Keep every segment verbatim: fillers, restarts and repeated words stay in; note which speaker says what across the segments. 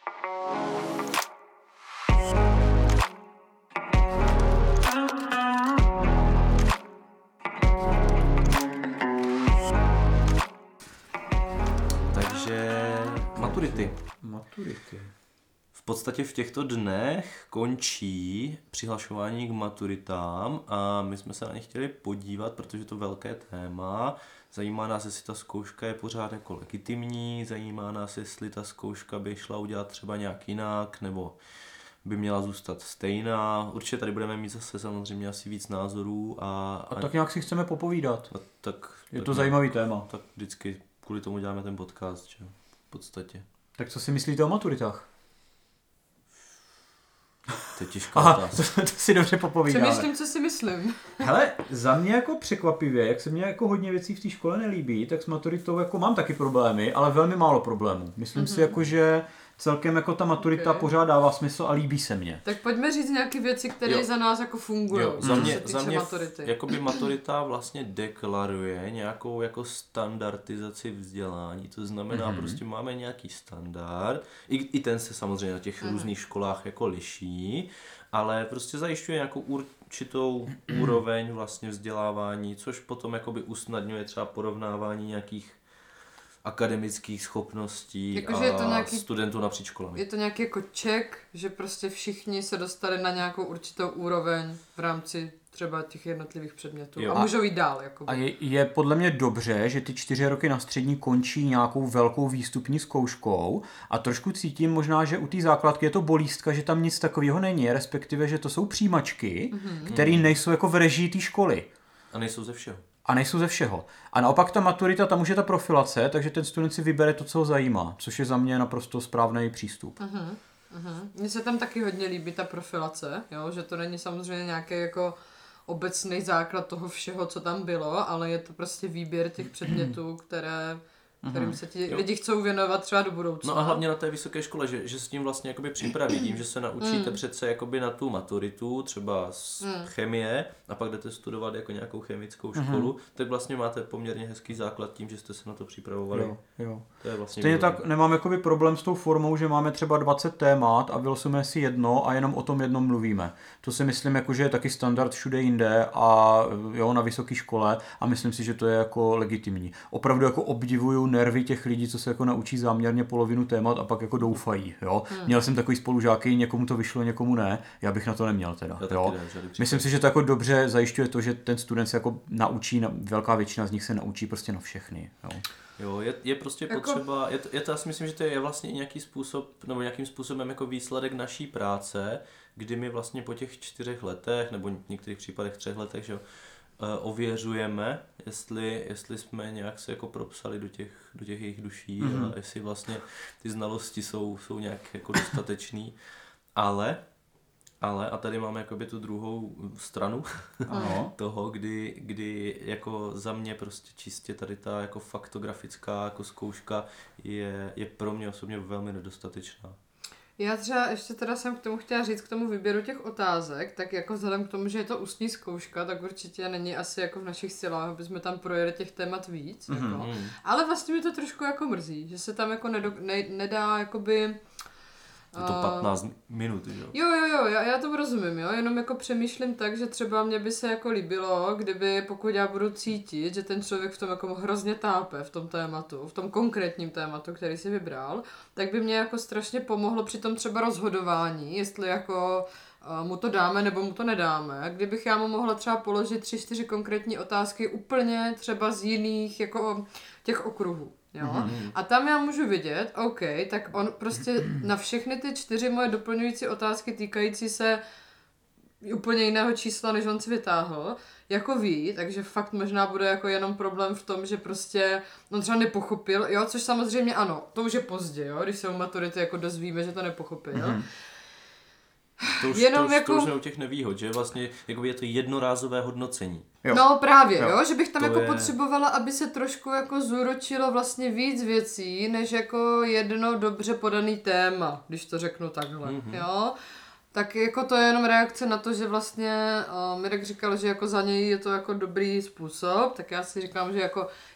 Speaker 1: Maturity.
Speaker 2: Maturity.
Speaker 1: V podstatě v těchto dnech končí přihlašování k maturitám a my jsme se na ně chtěli podívat, protože to je velké téma. Zajímá nás, jestli ta zkouška je pořád jako legitimní, zajímá nás, jestli ta zkouška by šla udělat třeba nějak jinak, nebo by měla zůstat stejná. Určitě tady budeme mít zase samozřejmě asi víc názorů. A,
Speaker 2: a, a tak nějak si chceme popovídat.
Speaker 1: A tak,
Speaker 2: je
Speaker 1: tak
Speaker 2: to
Speaker 1: nějak,
Speaker 2: zajímavý téma.
Speaker 1: Tak vždycky kvůli tomu děláme ten podcast, že? V podstatě.
Speaker 2: Tak co si myslíte o maturitách?
Speaker 1: To je těžká
Speaker 2: Aha,
Speaker 1: otázka.
Speaker 2: to, to si dobře popovídáme.
Speaker 3: Přemýšlím, co si myslím.
Speaker 2: Hele, za mě jako překvapivě, jak se mě jako hodně věcí v té škole nelíbí, tak s maturitou jako mám taky problémy, ale velmi málo problémů. Myslím mm-hmm. si jako, že celkem jako ta maturita okay. pořád dává smysl a líbí se mně.
Speaker 3: Tak pojďme říct nějaké věci, které jo. za nás jako fungují.
Speaker 1: Jo, za mě,
Speaker 3: se
Speaker 1: za mě
Speaker 3: maturity.
Speaker 1: jakoby maturita vlastně deklaruje nějakou jako standardizaci vzdělání. To znamená, mm-hmm. prostě máme nějaký standard, i, i ten se samozřejmě na těch mm-hmm. různých školách jako liší, ale prostě zajišťuje nějakou určitou úroveň vlastně vzdělávání, což potom jakoby usnadňuje třeba porovnávání nějakých akademických schopností jako, a je to nějaký, studentů napříč školami.
Speaker 3: Je to nějaký jako check, že prostě všichni se dostali na nějakou určitou úroveň v rámci třeba těch jednotlivých předmětů. Jo. A můžou jít dál. Jakoby.
Speaker 2: A je, je podle mě dobře, že ty čtyři roky na střední končí nějakou velkou výstupní zkouškou a trošku cítím možná, že u té základky je to bolístka, že tam nic takového není, respektive, že to jsou přijímačky, mm-hmm. které nejsou jako v režii té školy.
Speaker 1: A nejsou ze všeho.
Speaker 2: A nejsou ze všeho. A naopak ta maturita, tam už je ta profilace, takže ten student si vybere to, co ho zajímá, což je za mě naprosto správný přístup.
Speaker 3: Uh-huh, uh-huh. Mně se tam taky hodně líbí ta profilace, jo? Že to není samozřejmě nějaký jako obecný základ toho všeho, co tam bylo, ale je to prostě výběr těch předmětů, které... kterým se ti lidi chcou věnovat třeba do budoucna.
Speaker 1: No a hlavně na té vysoké škole, že, že s tím vlastně jakoby připraví, tím, že se naučíte mm. přece jakoby na tu maturitu, třeba z mm. chemie, a pak jdete studovat jako nějakou chemickou školu, mm. tak vlastně máte poměrně hezký základ tím, že jste se na to připravovali.
Speaker 2: Jo, jo.
Speaker 1: To je vlastně
Speaker 2: stejně
Speaker 1: výborný.
Speaker 2: Tak nemám jakoby problém s tou formou, že máme třeba dvacet témat a vylosujeme si jedno a jenom o tom jednom mluvíme. To si myslím, jako, že je taky standard všude jinde a jo, na vysoké škole a myslím si, že to je jako legitimní. Opravdu jako obdivuju nervy těch lidí, co se jako naučí záměrně polovinu témat a pak jako doufají, jo. Hmm. Měl jsem takový spolužáky, někomu to vyšlo, někomu ne. Já bych na to neměl teda, jo. Ne, myslím si, že to jako dobře zajišťuje to, že ten student se jako naučí, velká většina z nich se naučí prostě na všechny, jo.
Speaker 1: Jo, je, je prostě jako... potřeba, je to, je to, já si myslím, že to je vlastně nějaký způsob, nebo nějakým způsobem jako výsledek naší práce, kdy my vlastně po těch čtyřech letech, nebo v některých případech třech letech, že jo, ověřujeme, jestli, jestli jsme nějak se jako propsali do těch, do těch jejich duší mm-hmm. a jestli vlastně ty znalosti jsou, jsou nějak jako dostatečný, ale, ale, a tady máme jakoby tu druhou stranu toho, kdy, kdy jako za mě prostě čistě tady ta jako faktografická jako zkouška je, je pro mě osobně velmi nedostatečná.
Speaker 3: Já třeba ještě teda jsem k tomu chtěla říct, k tomu výběru těch otázek, tak jako vzhledem k tomu, že je to ústní zkouška, tak určitě není asi jako v našich silách, aby jsme tam projeli těch témat víc, mm-hmm. jako. Ale vlastně mi to trošku jako mrzí, že se tam jako nedo, ne, nedá jakoby...
Speaker 1: Je to patnáct uh, minut, jo?
Speaker 3: Jo, jo, jo, já, já to rozumím, jo, jenom jako přemýšlím tak, že třeba mě by se jako líbilo, kdyby, pokud já budu cítit, že ten člověk v tom jako hrozně tápe v tom tématu, v tom konkrétním tématu, který si vybral, tak by mě jako strašně pomohlo při tom třeba rozhodování, jestli jako uh, mu to dáme nebo mu to nedáme, kdybych já mu mohla třeba položit tři, čtyři konkrétní otázky úplně třeba z jiných jako těch okruhů. Jo? Mm-hmm. A tam já můžu vidět, OK, tak on prostě na všechny ty čtyři moje doplňující otázky týkající se úplně jiného čísla, než on si vytáhl, jako ví, takže fakt možná bude jako jenom problém v tom, že prostě on třeba nepochopil, jo, což samozřejmě ano, to už je pozdě, jo, když se u maturity jako dozvíme, že to nepochopil. Mm-hmm.
Speaker 1: To už, jenom to, už, jako... to už je u těch nevýhod, že vlastně jako je to jednorázové hodnocení.
Speaker 3: Jo. No právě, jo. jo, že bych tam
Speaker 1: to
Speaker 3: jako
Speaker 1: je... potřebovala,
Speaker 3: aby se trošku jako zúročilo vlastně víc věcí, než jako jedno dobře podaný téma, když to řeknu takhle, mm-hmm. jo. Tak jako to je jenom reakce na to, že vlastně uh, Mirek říkal, že jako za něj je to jako dobrý způsob, tak já si říkám, že jako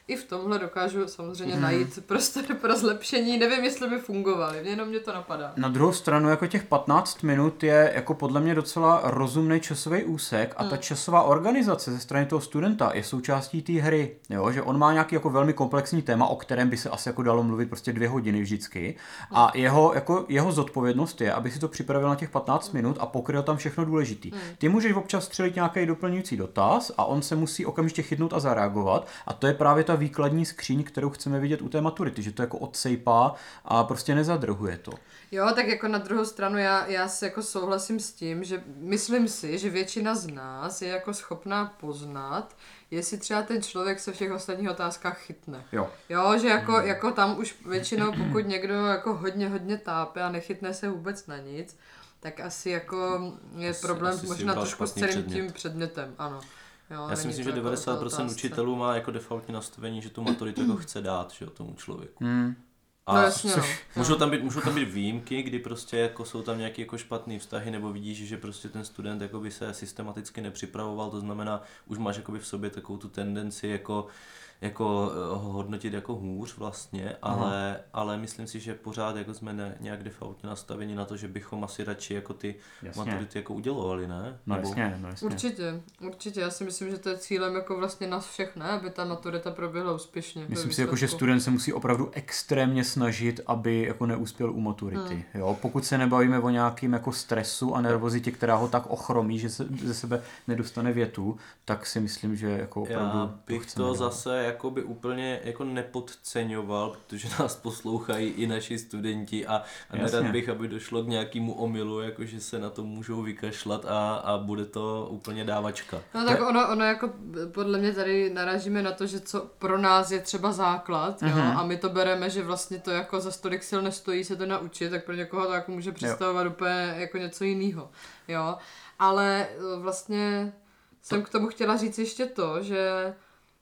Speaker 3: i v tomhle dokážu samozřejmě mm. najít prostor pro zlepšení. Nevím, jestli by fungovaly, jenom mě to napadá.
Speaker 2: Na druhou stranu, jako těch patnáct minut je jako podle mě docela rozumný časový úsek a mm. ta časová organizace ze strany toho studenta je součástí té hry, jo? Že on má nějaký jako velmi komplexní téma, o kterém by se asi jako dalo mluvit prostě dvě hodiny vždycky a jeho, jako, jeho zodpovědnost je, aby si to připravil na těch patnáct minut a pokryl tam všechno důležitý. Mm. Ty můžeš občas střelit nějaký doplňující dotaz a on se musí okamžitě chytnout a zareagovat a to je právě ta výkladní skříň, kterou chceme vidět u té maturity, že to jako odsejpá a prostě nezadrhuje to.
Speaker 3: Jo, tak jako na druhou stranu já, já se jako souhlasím s tím, že myslím si, že většina z nás je jako schopná poznat, jestli třeba ten člověk se v těch ostatních otázkách chytne.
Speaker 2: Jo.
Speaker 3: Jo, že jako, jako tam už většinou, pokud někdo jako hodně, hodně tápe a nechytne se vůbec na nic, tak asi jako je asi, problém asi možná trošku s celým předmět. tím předmětem, ano. Jo,
Speaker 1: já si myslím, že devadesát procent učitelů má jako defaultní nastavení, že tu maturitu jako chce dát, že, tomu člověku.
Speaker 2: Hmm.
Speaker 1: A
Speaker 3: no jasně, no.
Speaker 1: můžou, tam být, můžou tam být výjimky, kdy prostě jako jsou tam nějaké jako špatné vztahy, nebo vidíš, že prostě ten student jakoby se systematicky nepřipravoval, to znamená, už máš jakoby v sobě takovou tu tendenci jako jako ho hodnotit jako hůř vlastně, ale, ale myslím si, že pořád jako jsme ne, nějak defaultně nastaveni na to, že bychom asi radši jako ty jasně. maturity jako udělovali, ne?
Speaker 2: No jasně, no jasně.
Speaker 3: Určitě, určitě. Já si myslím, že to je cílem jako vlastně nás všech, ne? Aby ta maturita proběhla úspěšně.
Speaker 2: Myslím si, jako, že student se musí opravdu extrémně snažit, aby jako neuspěl u maturity. Hmm. Jo? Pokud se nebavíme o nějakým jako stresu a nervozitě, která ho tak ochromí, že se ze sebe nedostane větu, tak si myslím, že jako opravdu
Speaker 1: Já bych to, to zase jakoby úplně jako nepodceňoval, protože nás poslouchají i naši studenti a, a nerad bych, aby došlo k nějakému omylu, jakože se na to můžou vykašlat a, a bude to úplně dávačka.
Speaker 3: No tak ono, ono jako podle mě tady narážíme na to, že co pro nás je třeba základ, mm-hmm. jo, a my to bereme, že vlastně to jako za stolik sil nestojí se to naučit, tak pro někoho to jako může představovat jo. úplně jako něco jiného, jo, ale vlastně jsem to... k tomu chtěla říct ještě to, že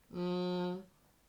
Speaker 3: mm,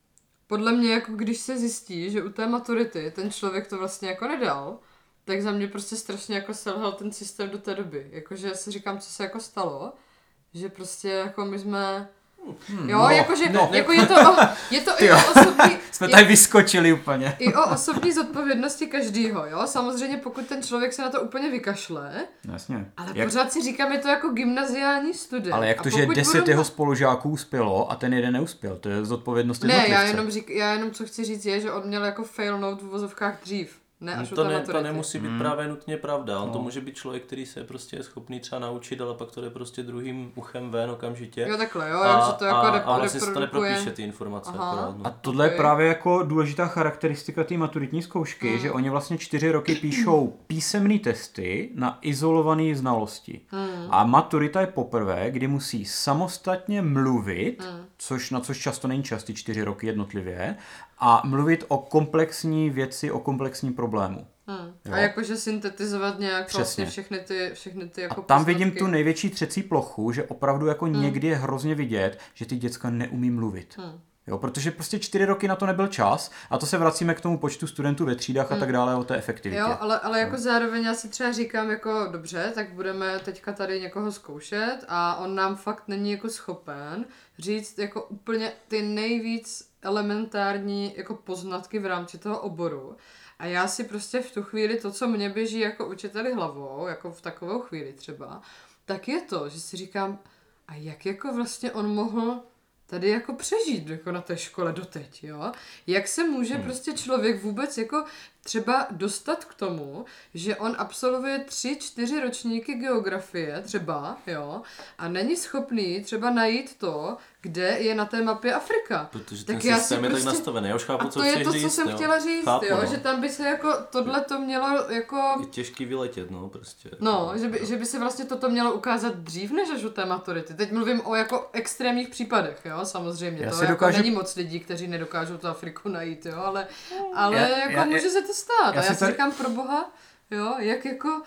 Speaker 3: podle mě, jako když se zjistí, že u té maturity ten člověk to vlastně jako nedal, tak za mě prostě strašně jako selhal ten systém do té doby. Jakože já si říkám, co se jako stalo, že prostě jako my jsme... Hmm, jo,
Speaker 2: no,
Speaker 3: jakože,
Speaker 2: no.
Speaker 3: jako je to, o, je to i o osobní...
Speaker 2: Jsme tady vyskočili úplně.
Speaker 3: I o osobní zodpovědnosti každýho, jo. Samozřejmě pokud ten člověk se na to úplně vykašle,
Speaker 2: jasně.
Speaker 3: ale
Speaker 2: jak...
Speaker 3: pořád si říkám, je to jako gymnaziální student.
Speaker 2: Ale jak to, že deset budu... jeho spolužáků uspělo a ten jeden neuspěl, to je zodpovědnost jednotlivce.
Speaker 3: Ne, já jenom, řík, já jenom co chci říct je, že on měl jako fail note v uvozovkách dřív. Ne, až
Speaker 1: to, ne, to nemusí být hmm. právě nutně pravda. On no. to může být člověk, který se prostě je schopný třeba naučit, ale pak to jde prostě druhým uchem ven okamžitě.
Speaker 3: Jo, takhle, jo, a, že to jako
Speaker 1: a, a vlastně se to nepropíše ty informace. Akorát, no.
Speaker 2: A tohle okay. je právě jako důležitá charakteristika té maturitní zkoušky, hmm. že oni vlastně čtyři roky píšou písemné testy na izolované znalosti. Hmm. A maturita je poprvé, kdy musí samostatně mluvit, hmm. což na což často není čas, ty čtyři roky jednotlivě, a mluvit o komplexní věci, o komplexním problému.
Speaker 3: Hmm. A jakože syntetizovat nějak přesně. Vlastně všechny ty, všechny ty jako
Speaker 2: a tam
Speaker 3: poznatky.
Speaker 2: Vidím tu největší třecí plochu, že opravdu jako hmm. někdy je hrozně vidět, že ty děcka neumí mluvit. Hmm. Jo, protože prostě čtyři roky na to nebyl čas a to se vracíme k tomu počtu studentů ve třídách hmm. a tak dále o té efektivitě.
Speaker 3: Jo, ale, ale jako no. zároveň já si třeba říkám jako dobře, tak budeme teďka tady někoho zkoušet a on nám fakt není jako schopen říct jako úplně ty nejvíc elementární jako poznatky v rámci toho oboru. A já si prostě v tu chvíli to, co mě běží jako učiteli hlavou, jako v takovou chvíli třeba, tak je to, že si říkám, a jak jako vlastně on mohl tady jako přežít jako na té škole doteď, jo? Jak se může hmm. prostě člověk vůbec jako třeba dostat k tomu, že on absolvuje tři, čtyři ročníky geografie třeba, jo, a není schopný třeba najít to, kde je na té mapě Afrika.
Speaker 1: Protože ten tak systém je prostě... tak nastavený, já už chápu, co chceš říct.
Speaker 3: A to je to, co jsem
Speaker 1: jo.
Speaker 3: chtěla říct,
Speaker 1: chápu,
Speaker 3: jo,
Speaker 1: no.
Speaker 3: že tam by se jako tohle to mělo jako...
Speaker 1: Je těžký vyletět, no, prostě.
Speaker 3: No, že by, že by se vlastně toto mělo ukázat dřív, než až u té maturity. Teď mluvím o jako extrémních případech, jo, samozřejmě. Já to jako dokážu... není moc lidí, kteří nedokážou tu Afriku najít, jo, ale, ale já, jako já, může já... se to stát. Já a já si tady... říkám pro boha, jo, jak jako...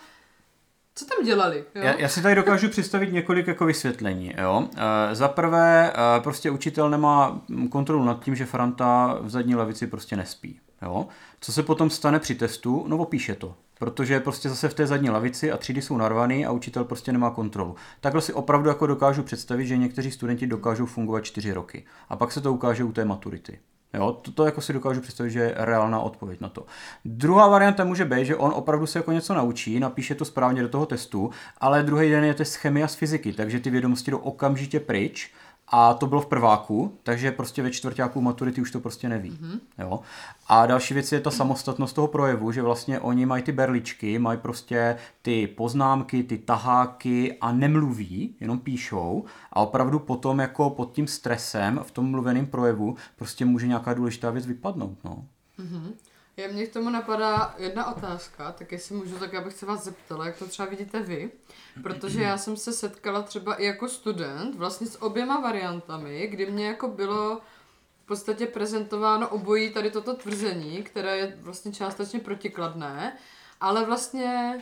Speaker 3: Co tam dělali? Jo?
Speaker 2: Já, já si tady dokážu představit několik jako vysvětlení. Jo? E, za prvé, e, prostě učitel nemá kontrolu nad tím, že Franta v zadní lavici prostě nespí. Jo? Co se potom stane při testu? No opíše to. Protože je prostě zase v té zadní lavici a třídy jsou narvaný a učitel prostě nemá kontrolu. Takhle si opravdu jako dokážu představit, že někteří studenti dokážou fungovat čtyři roky. A pak se to ukáže u té maturity. Jo, to, to jako si dokážu představit, že je reálná odpověď na to. Druhá varianta může být, že on opravdu se jako něco naučí, napíše to správně do toho testu, ale druhý den je test z chemie a z fyziky, takže ty vědomosti jdou okamžitě pryč. A to bylo v prváku, takže prostě ve čtvrťáku maturity už to prostě neví. Mm-hmm. Jo? A další věc je ta samostatnost toho projevu, že vlastně oni mají ty berličky, mají prostě ty poznámky, ty taháky a nemluví, jenom píšou a opravdu potom jako pod tím stresem v tom mluveném projevu prostě může nějaká důležitá věc vypadnout. No.
Speaker 3: Mm-hmm. Já mě k tomu napadá jedna otázka, tak jestli můžu, tak já bych se vás zeptala, jak to třeba vidíte vy, protože já jsem se setkala třeba i jako student vlastně s oběma variantami, kdy mě jako bylo v podstatě prezentováno obojí tady toto tvrzení, které je vlastně částečně protikladné, ale vlastně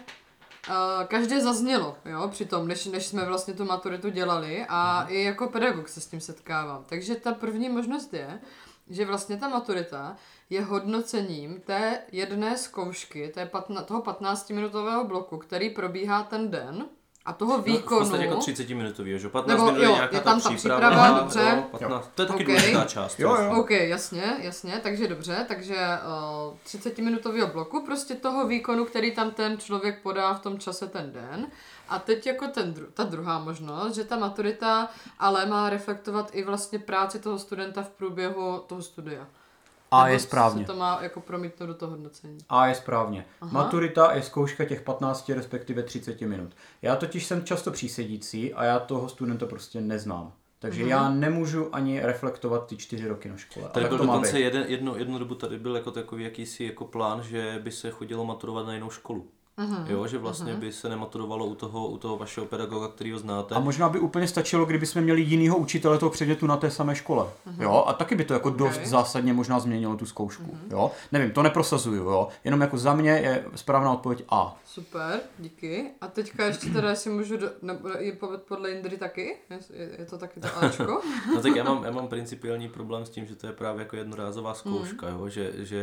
Speaker 3: uh, každé zaznělo, jo, přitom, než, než jsme vlastně tu maturitu dělali a i jako pedagog se s tím setkávám. Takže ta první možnost je, že vlastně ta maturita je hodnocením té jedné zkoušky, té patna, toho patnáctiminutového bloku, který probíhá ten den a toho výkonu.
Speaker 1: No, v podstatě jako třicetiminutový, že? patnáct
Speaker 3: nebo,
Speaker 1: minut
Speaker 3: jo,
Speaker 1: je nějaká
Speaker 3: je tam
Speaker 1: ta
Speaker 3: ta
Speaker 1: příprava.
Speaker 3: příprava, dobře.
Speaker 1: patnáct, to je taky
Speaker 3: okay.
Speaker 1: důležitá část.
Speaker 2: Jo, jo.
Speaker 3: OK, jasně, jasně, takže dobře, takže uh, třicetiminutového bloku, prostě toho výkonu, který tam ten člověk podá v tom čase ten den. A teď jako ten dru- ta druhá možnost, že ta maturita ale má reflektovat i vlastně práci toho studenta v průběhu toho studia.
Speaker 2: A
Speaker 3: Nebo
Speaker 2: je správně.
Speaker 3: se to má jako promítnout do toho hodnocení.
Speaker 2: A je správně.
Speaker 3: Aha.
Speaker 2: Maturita je zkouška těch patnáct, respektive třicet minut. Já totiž jsem často přísedící a já toho studenta prostě neznám. Takže mm-hmm. já nemůžu ani reflektovat ty čtyři roky na škole.
Speaker 1: Tady byl
Speaker 2: to
Speaker 1: dokonce jeden, jedno, jednu dobu tady byl jako takový jakýsi jako plán, že by se chodilo maturovat na jinou školu. Uhum, jo, že vlastně uhum. by se nematurovalo u toho, u toho vašeho pedagoga, kterýho znáte.
Speaker 2: A možná by úplně stačilo, kdyby jsme měli jinýho učitele toho předmětu na té samé škole. Uhum. Jo, a taky by to jako okay. dost zásadně možná změnilo tu zkoušku. Uhum. Jo, nevím, to neprosazuju, jo. Jenom jako za mě je správná odpověď A.
Speaker 3: Super, díky. A teďka ještě teda si můžu, do, nebo je podle Jindry taky? Je, je to taky to Ačko?
Speaker 1: No tak já mám, já mám principiální problém s tím, že to je právě jako jednorázová zkouška, mm. jo, že, že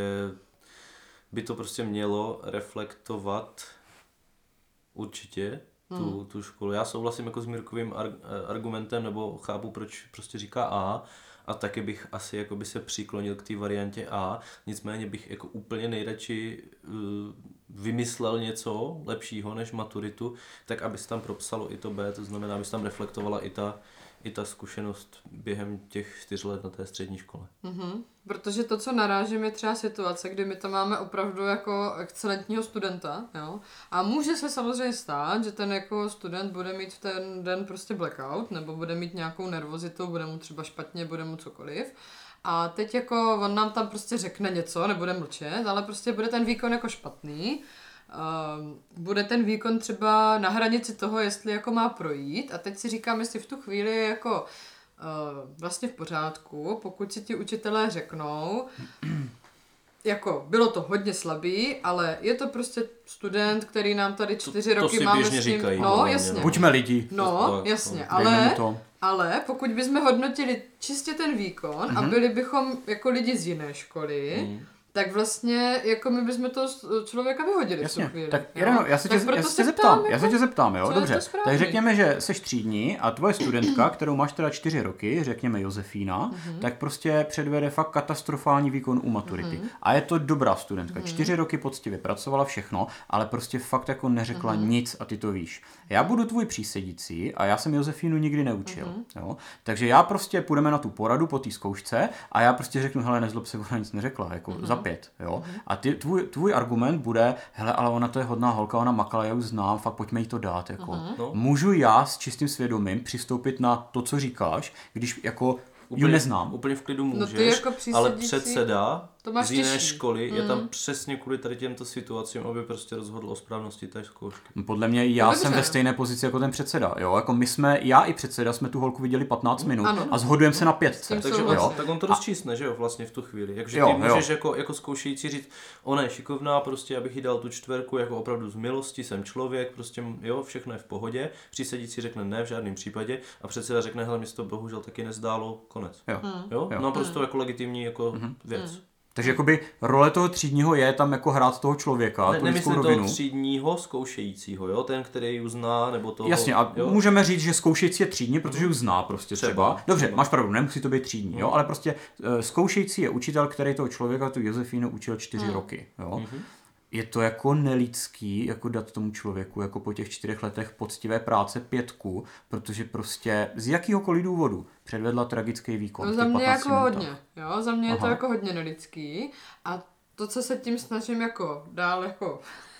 Speaker 1: by to prostě mělo reflektovat určitě tu, hmm. tu školu. Já souhlasím jako s Mirkovým ar- argumentem, nebo chápu, proč prostě říká A, a taky bych asi jako by se přiklonil k té variantě A, nicméně bych jako úplně nejradši uh, vymyslel něco lepšího než maturitu, tak aby se tam propsalo i to B, to znamená, aby se tam reflektovala i ta i ta zkušenost během těch čtyř let na té střední škole.
Speaker 3: Mm-hmm. Protože to, co narážím, je třeba situace, kdy my tam máme opravdu jako excelentního studenta, jo? A může se samozřejmě stát, že ten jako student bude mít v ten den prostě blackout, nebo bude mít nějakou nervozitu, bude mu třeba špatně, bude mu cokoliv. A teď jako on nám tam prostě řekne něco, nebude mlčet, ale prostě bude ten výkon jako špatný. Uh, bude ten výkon třeba na hranici toho, jestli jako má projít, a teď si říkám, jestli v tu chvíli je jako uh, vlastně v pořádku, pokud si ti učitelé řeknou, jako bylo to hodně slabý, ale je to prostě student, který nám tady čtyři
Speaker 1: to,
Speaker 3: roky
Speaker 1: to
Speaker 3: máme s ním,
Speaker 1: říkají,
Speaker 3: no jasně.
Speaker 2: Buďme lidi.
Speaker 3: No,
Speaker 1: to,
Speaker 3: jasně,
Speaker 1: to,
Speaker 3: ale,
Speaker 2: to.
Speaker 3: ale pokud bychom hodnotili čistě ten výkon mm-hmm. a byli bychom jako lidi z jiné školy, mm. tak vlastně jako my bychom toho člověka vyhodili.
Speaker 2: Jasně,
Speaker 3: v tu chvíli.
Speaker 2: tak Ireno, já se tě, já se tě zeptám, jako, já se tě zeptám, jo, dobře. Tak řekněme, že seš třídní a tvoje studentka, kterou máš teda čtyři roky, řekněme Josefína, mm-hmm. tak prostě předvede fakt katastrofální výkon u maturity. Mm-hmm. A je to dobrá studentka, mm-hmm. čtyři roky poctivě pracovala všechno, ale prostě fakt jako neřekla mm-hmm. nic a ty to víš. Já budu tvůj přísedící a já jsem Josefínu nikdy neučil, mm-hmm. jo. Takže já prostě půjdeme na tu poradu po té zkoušce a já prostě řeknu, hele, nezlob se, ona nic neřekla, jako mm-hmm. za pět, jo. Mm-hmm. A ty, tvůj, tvůj argument bude, hele, ale ona to je hodná holka, ona makala, já už znám, fakt pojďme jí to dát, jako. Mm-hmm. Můžu já s čistým svědomím přistoupit na to, co říkáš, když jako
Speaker 1: úplně,
Speaker 2: ji neznám?
Speaker 1: Úplně v klidu můžeš,
Speaker 3: no jako
Speaker 1: ale předseda z jiné
Speaker 3: těžší.
Speaker 1: školy
Speaker 3: mm.
Speaker 1: je tam přesně kvůli tady těmto situacím, aby prostě rozhodl o správnosti té zkoušky.
Speaker 2: Podle mě já Dobře. jsem ve stejné pozici jako ten předseda, jo, jako my jsme, já i předseda jsme tu holku viděli patnáct minut
Speaker 3: ano.
Speaker 2: a shodujeme se na pětce.
Speaker 1: Takže on, tak on to rozčísne, že jo, vlastně v tu chvíli. Takže ty můžeš jako, jako zkoušející říct, ona je šikovná, prostě abych jí dal tu čtverku, jako opravdu z milosti, jsem člověk, prostě jo, všechno je v pohodě. Přísedící řekne ne v žádném případě a předseda řekne, hele, mi to bohužel taky nezdálo, konec.
Speaker 2: Jo.
Speaker 3: Mm.
Speaker 1: Jo?
Speaker 2: Jo.
Speaker 1: No prostě jako legitimní jako
Speaker 2: mm.
Speaker 1: věc.
Speaker 3: Mm.
Speaker 2: Takže jakoby role toho třídního je tam jako hrát toho člověka,
Speaker 1: ne,
Speaker 2: tu lidskou
Speaker 1: nemyslím
Speaker 2: rovinu.
Speaker 1: toho třídního zkoušejícího, jo, ten, který uzná, nebo toho...
Speaker 2: Jasně, a
Speaker 1: jo?
Speaker 2: můžeme říct, že zkoušející je třídní, protože už zná prostě třeba. třeba. Dobře,
Speaker 1: třeba.
Speaker 2: máš pravdu, nemusí to být třídní, jo,
Speaker 1: Hmm.
Speaker 2: ale prostě uh, zkoušející je učitel, který toho člověka, tu Josefínu, učil čtyři
Speaker 3: Hmm.
Speaker 2: roky, jo.
Speaker 1: Mm-hmm.
Speaker 2: Je to jako nelidský, jako dát tomu člověku jako po těch čtyřech letech poctivé práce pětku, protože prostě z jakýhokoliv důvodu předvedla tragický výkon.
Speaker 3: No
Speaker 2: v
Speaker 3: za
Speaker 2: těch
Speaker 3: mě
Speaker 2: patnácti
Speaker 3: jako
Speaker 2: minutách.
Speaker 3: hodně, jo, za mě je to
Speaker 2: Aha.
Speaker 3: jako hodně nelidský a to, co se tím snažím jako dál jako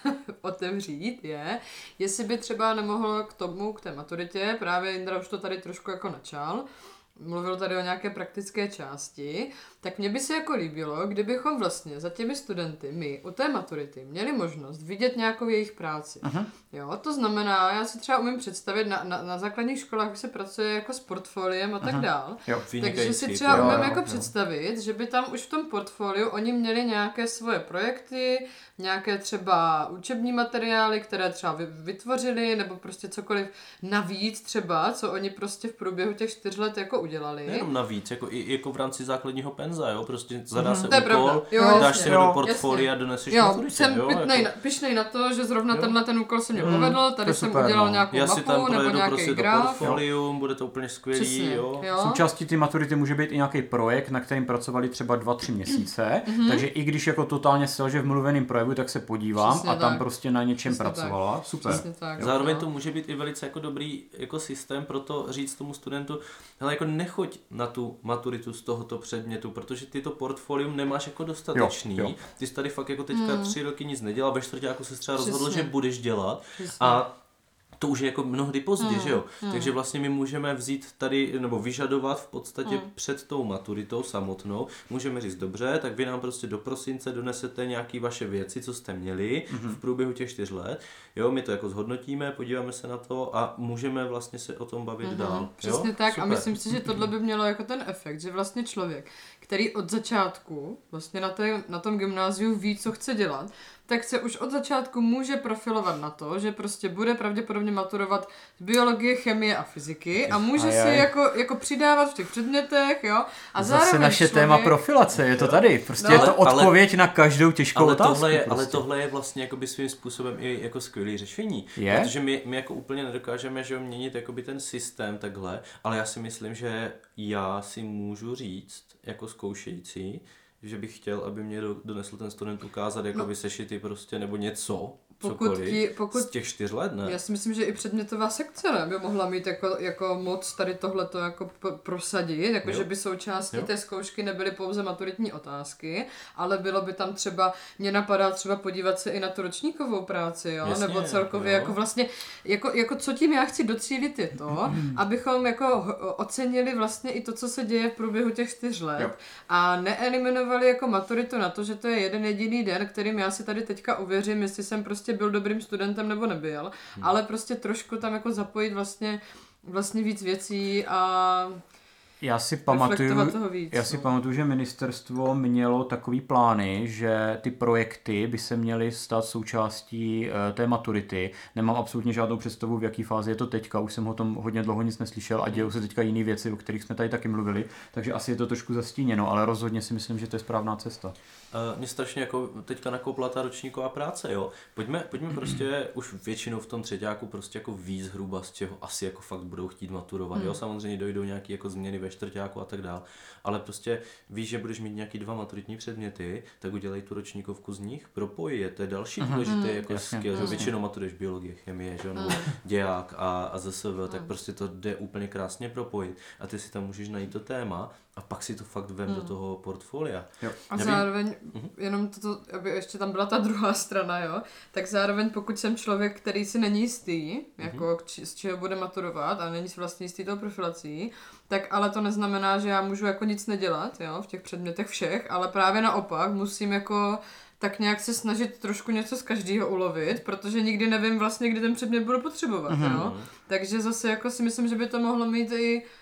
Speaker 3: otevřít, je, jestli by třeba nemohlo k tomu, k té maturitě, právě Jindra už to tady trošku jako načal, mluvil tady o nějaké praktické části, tak mně by se jako líbilo, kdybychom vlastně za těmi studenty, my u té maturity, měli možnost vidět nějakou jejich práci.
Speaker 2: Aha.
Speaker 3: Jo, to znamená, já si třeba umím představit, na, na, na základních školách už se pracuje jako s portfoliem a tak
Speaker 2: Aha.
Speaker 3: dál.
Speaker 2: Jo.
Speaker 3: Takže si
Speaker 1: Vynikající,
Speaker 3: třeba
Speaker 2: jo,
Speaker 3: umím
Speaker 2: jo,
Speaker 3: jako
Speaker 2: jo.
Speaker 3: představit, že by tam už v tom portfoliu oni měli nějaké svoje projekty, nějaké třeba učební materiály, které třeba vy- vytvořili, nebo prostě cokoliv navíc třeba, co oni prostě v průběhu těch čtyř let jako udělali.
Speaker 1: Nejenom navíc, jako i jako v rámci základního penza, jo, prostě zadá se
Speaker 3: To je pravda.
Speaker 1: úkol,
Speaker 3: Jo,
Speaker 1: dáš
Speaker 3: jasně.
Speaker 1: si ho
Speaker 2: Jo,
Speaker 1: do portfolia, doneseš
Speaker 3: Jo,
Speaker 1: maturitě,
Speaker 3: jsem
Speaker 1: jo,
Speaker 3: pytnej,
Speaker 1: jako,
Speaker 3: na, pyšnej na to, že zrovna
Speaker 1: Jo.
Speaker 3: tenhle ten úkol se mě
Speaker 2: Mm,
Speaker 3: povedl,
Speaker 2: to
Speaker 3: tady
Speaker 2: je
Speaker 3: jsem
Speaker 2: super,
Speaker 3: udělal
Speaker 2: no.
Speaker 3: nějakou
Speaker 1: já si tam
Speaker 3: mapu nebo
Speaker 1: projedu
Speaker 3: nějaký
Speaker 1: prostě to
Speaker 3: graf.
Speaker 1: portfolium, bude to úplně skvělý,
Speaker 3: Přesně,
Speaker 1: jo.
Speaker 3: jo.
Speaker 2: Součástí té maturity může být i nějaký projekt, na kterým pracovali třeba dva, tři měsíce, mm-hmm. takže i když jako totálně selže v mluveném projevu, tak se podívám
Speaker 3: Přesně
Speaker 2: a tam
Speaker 3: tak.
Speaker 2: prostě na něčem
Speaker 3: Přesně
Speaker 2: pracovala.
Speaker 3: tak.
Speaker 2: Super.
Speaker 3: Přesně tak.
Speaker 1: Zároveň
Speaker 3: no.
Speaker 1: to může být i velice jako dobrý jako systém pro to říct tomu studentu, hele, jako nechoď na tu maturitu z tohoto předmětu, protože ty to portfolium nemáš jako dostatečný.
Speaker 2: Jo, jo.
Speaker 1: Ty jsi tady fakt jako teďka
Speaker 3: Hmm.
Speaker 1: tři roky nic nedělal, ve čtvrťáku se třeba rozhodl,
Speaker 3: Přesně.
Speaker 1: že budeš dělat
Speaker 3: Přesně.
Speaker 1: a to už je jako mnohdy pozdě,
Speaker 3: Hmm,
Speaker 1: že jo?
Speaker 3: hmm.
Speaker 1: Takže vlastně my můžeme vzít tady, nebo vyžadovat v podstatě
Speaker 3: Hmm.
Speaker 1: před tou maturitou samotnou, můžeme říct, dobře, tak vy nám prostě do prosince donesete nějaký vaše věci, co jste měli v průběhu těch čtyř let, jo, my to jako zhodnotíme, podíváme se na to a můžeme vlastně se o tom bavit
Speaker 3: Mhm,
Speaker 1: dál.
Speaker 3: Přesně
Speaker 1: jo?
Speaker 3: tak
Speaker 1: Super.
Speaker 3: a myslím si, že tohle by mělo jako ten efekt, že vlastně člověk, který od začátku vlastně na, té, na tom gymnáziu ví, co chce dělat, tak se už od začátku může profilovat na to, že prostě bude pravděpodobně maturovat z biologie, chemie a fyziky a může
Speaker 2: Ajaj.
Speaker 3: si jako, jako přidávat v těch předmětech, jo. A
Speaker 2: Zase
Speaker 3: zároveň
Speaker 2: naše
Speaker 3: člověk,
Speaker 2: téma profilace, je to tady. Prostě
Speaker 3: No,
Speaker 2: je to
Speaker 1: ale-
Speaker 2: odpověď na každou těžkou
Speaker 1: Ale
Speaker 2: otázku.
Speaker 1: tohle, je,
Speaker 2: prostě.
Speaker 1: ale tohle je vlastně jakoby svým způsobem i jako skvělý řešení.
Speaker 2: Je?
Speaker 1: Protože my, my jako úplně nedokážeme, že jo, měnit jakoby ten systém takhle, ale já si myslím, že já si můžu říct jako zkoušející, že bych chtěl, aby mě do- donesl ten student ukázat jakoby
Speaker 3: No.
Speaker 1: sešity prostě, nebo něco,
Speaker 3: Pokud
Speaker 1: cokoliv,
Speaker 3: ti- pokud-
Speaker 1: z těch čtyř let, ne?
Speaker 3: Já si myslím, že i předmětová sekce ne, by mohla mít jako, jako moc tady tohleto jako p- prosadit, jako
Speaker 1: Jo.
Speaker 3: že by součástí
Speaker 1: Jo.
Speaker 3: té zkoušky nebyly pouze maturitní otázky, ale bylo by tam třeba, mě napadá třeba podívat se i na tu ročníkovou práci, jo,
Speaker 1: Jasně,
Speaker 3: nebo celkově
Speaker 1: jo.
Speaker 3: jako vlastně, jako, jako co tím já chci docílit je to, abychom jako ho- ocenili vlastně i to, co se děje v průběhu těch čtyř let
Speaker 2: Jo.
Speaker 3: a neeliminovali jako maturitu na to, že to je jeden jediný den, kterým já si tady teďka ověřím, jestli jsem prostě byl dobrým studentem nebo nebyl, hmm. ale prostě trošku tam jako zapojit vlastně, vlastně víc věcí a
Speaker 2: Já si pamatuju,
Speaker 3: reflektovat toho víc.
Speaker 2: já si
Speaker 3: no.
Speaker 2: pamatuju, že ministerstvo mělo takový plány, že ty projekty by se měly stát součástí uh, té maturity. Nemám absolutně žádnou představu, v jaký fázi je to teďka, už jsem o tom hodně dlouho nic neslyšel a dějou se teďka jiné věci, o kterých jsme tady taky mluvili, takže asi je to trošku zastíněno, ale rozhodně si myslím, že to je správná cesta.
Speaker 1: Uh, mě strašně jako teďka nakoupila ta ročníková práce, jo. Pojďme, pojďme prostě už většinou v tom třeťáku prostě jako víc hruba, z čeho asi jako fakt budou chtít maturovat,
Speaker 3: Hmm.
Speaker 1: jo. Samozřejmě dojdou nějaké jako změny ve čtvrťáku a tak dál, ale prostě víš, že budeš mít nějaký dva maturitní předměty, tak udělej tu ročníkovku z nich, propoj je, to je další důležitý jako
Speaker 2: Jasně,
Speaker 1: skill, že
Speaker 2: jasně.
Speaker 1: většinou maturuješ biologie, chemie, že jo, nebo děják a, a Z S V, tak prostě to jde úplně krásně propojit a ty si tam můžeš najít to téma a pak si to fakt vem do toho portfolia.
Speaker 3: A
Speaker 1: Já vím-
Speaker 3: zároveň, jenom toto, aby ještě tam byla ta druhá strana, jo, tak zároveň pokud jsem člověk, který si není jistý, jako či, z čeho bude maturovat a není si vlastně jistý tou profilací, tak ale to neznamená, že já můžu jako nic nedělat, jo, v těch předmětech všech, ale právě naopak musím jako tak nějak se snažit trošku něco z každého ulovit, protože nikdy nevím vlastně, kdy ten předmět budu potřebovat,
Speaker 2: Mhm.
Speaker 3: jo. Takže zase jako si myslím, že by to mohlo mít i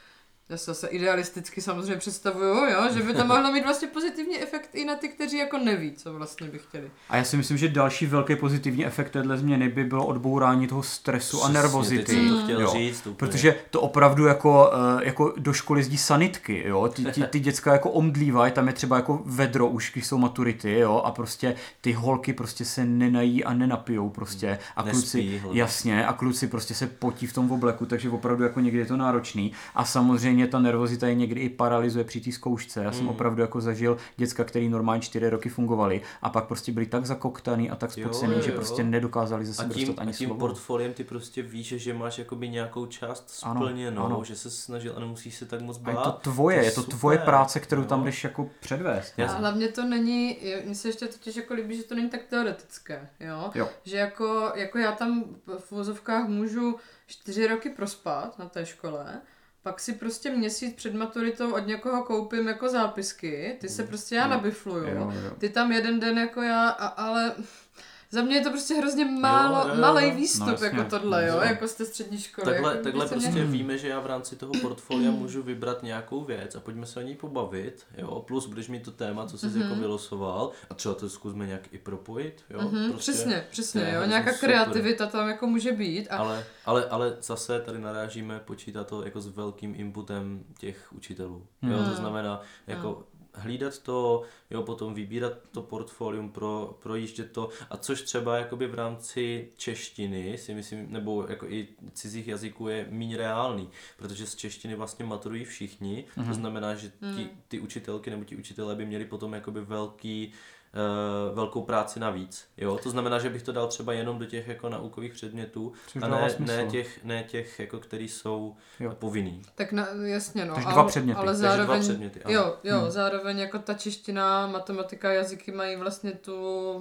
Speaker 3: já se zase idealisticky samozřejmě představuju, jo, že by to mohlo mít vlastně pozitivní efekt i na ty, kteří jako neví, co vlastně by chtěli.
Speaker 2: A já si myslím, že další velký pozitivní efekt téhle změny by bylo odbourání toho stresu Přesně, a nervozity.
Speaker 1: Teď to chtěl
Speaker 2: jo.
Speaker 1: říct,
Speaker 2: Protože to opravdu jako, jako do školy jezdí sanitky, jo. Ty, ty, ty děcka jako omdlívají, tam je třeba jako vedro už, když jsou maturity, jo, a prostě ty holky prostě se nenají a nenapijou prostě. A
Speaker 1: Nespí,
Speaker 2: kluci, jasně, a kluci prostě se potí v tom obleku, takže opravdu jako někdy je to náročný. A samozřejmě ta nervozita je někdy i paralyzuje při té zkoušce. Já jsem mm. opravdu jako zažil děcka, který normálně čtyři roky fungovali a pak prostě byli tak zakoktaný a tak spocený, že prostě nedokázali ze sebe dostat ani
Speaker 1: slovo. A tím
Speaker 2: slovo.
Speaker 1: portfoliem ty prostě víš, že máš jakoby nějakou část splněnou, ano, ano. že se snažil a nemusíš se tak moc bát.
Speaker 2: A je to tvoje, to je, je to tvoje práce, kterou no. tam jdeš jako předvést.
Speaker 3: A hlavně to není, mně se ještě totiž jako líbí, že to není tak teoretické, jo?
Speaker 2: jo.
Speaker 3: Že jako, jako já tam v uvozovkách můžu čtyři roky prospat na té škole, pak si prostě měsíc před maturitou od někoho koupím jako zápisky, ty se prostě já nabifluju, jo, jo. Ty tam jeden den jako já, a, ale za mě je to prostě hrozně málo, jo, jo, jo. malej výstup no, jako tohle, jo, jako z té střední školy.
Speaker 1: Takhle,
Speaker 3: jako,
Speaker 1: takhle prostě
Speaker 3: mě...
Speaker 1: víme, že já v rámci toho portfolia můžu vybrat nějakou věc a pojďme se o ní pobavit, jo, plus budeš mít to téma, co jsi mm-hmm. jako vylosoval a třeba to zkusme nějak i propojit, jo.
Speaker 3: Mm-hmm, prostě, přesně, přesně, jo, nějaká super. Kreativita tam jako může být. A...
Speaker 1: Ale, ale, ale zase tady narážíme, počítá to jako s velkým inputem těch učitelů, jo, mm. to znamená jako... Mm. hlídat to, jo, potom vybírat to portfolium, pro, projíždět to, a což třeba jakoby v rámci češtiny si myslím, nebo jako i cizích jazyků je míň reálný, protože z češtiny vlastně maturují všichni, mm-hmm. to znamená, že ti, ty učitelky nebo ti učitelé by měli potom jakoby velký Uh, velkou práci navíc, jo, to znamená, že bych to dal třeba jenom do těch jako naukových předmětů Což a ne, ne těch, ne těch jako, který jsou jo. povinný.
Speaker 3: Tak na, jasně, no.
Speaker 2: Takže dva předměty.
Speaker 3: Ale zároveň,
Speaker 1: dva předměty,
Speaker 3: jo, jo, hmm. zároveň jako ta čeština, matematika, jazyky mají vlastně tu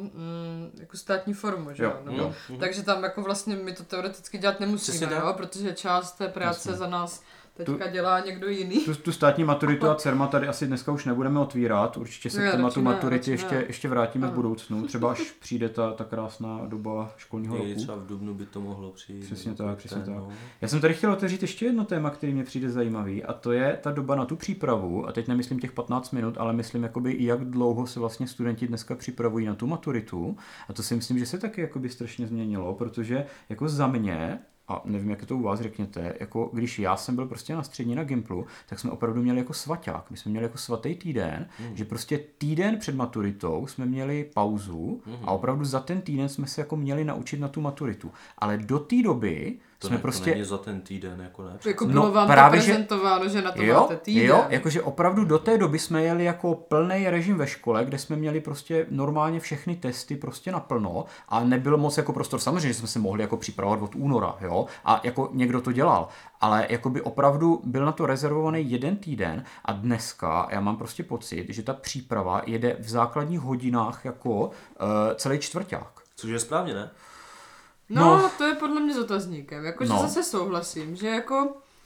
Speaker 3: mm, jako státní formu, že jo,
Speaker 1: jo.
Speaker 3: Nebo,
Speaker 1: hmm.
Speaker 3: takže tam jako vlastně my to teoreticky dělat nemusíme, jo, protože část té práce Jasně. za nás teďka tu, dělá někdo jiný.
Speaker 2: Tu, tu státní maturitu a CERMA tady asi dneska už nebudeme otvírat, určitě se k tématu maturity ještě, ještě vrátíme Aha. v budoucnu, třeba až přijde ta, ta krásná doba školního
Speaker 1: I
Speaker 2: roku.
Speaker 1: Třeba v dubnu by to mohlo přijít.
Speaker 2: Přesně tak, přesně tak. Já jsem tady chtěl otevřít ještě jedno téma, který mě přijde zajímavý, a to je ta doba na tu přípravu, a teď nemyslím těch patnáct minut, ale myslím jakoby jak dlouho se vlastně studenti dneska připravují na tu maturitu, a to si myslím, že se taky jakoby strašně změnilo, protože jako za mě, a nevím, jak je to u vás, řekněte, jako když já jsem byl prostě na střední na Gimplu, tak jsme opravdu měli jako svaťák. My jsme měli jako svatý týden, mm. že prostě týden před maturitou jsme měli pauzu mm. a opravdu za ten týden jsme se jako měli naučit na tu maturitu. Ale do té doby
Speaker 1: To,
Speaker 2: jsme
Speaker 1: ne,
Speaker 2: prostě...
Speaker 1: to není za ten týden, jako ne.
Speaker 3: Jako bylo no, vám právě, to prezentováno, že, že na to
Speaker 2: jo,
Speaker 3: máte týden.
Speaker 2: Jo, jakože opravdu do té doby jsme jeli jako plný režim ve škole, kde jsme měli prostě normálně všechny testy prostě naplno a nebyl moc jako prostor. Samozřejmě, že jsme se mohli jako připravovat od února, jo, a jako někdo to dělal, ale jakoby opravdu byl na to rezervovaný jeden týden a dneska já mám prostě pocit, že ta příprava jede v základních hodinách jako uh, celý čtvrťák.
Speaker 1: Což je správně, ne?
Speaker 3: No, no, to je podle mě s otazníkem. Jakože no. zase souhlasím, že jako,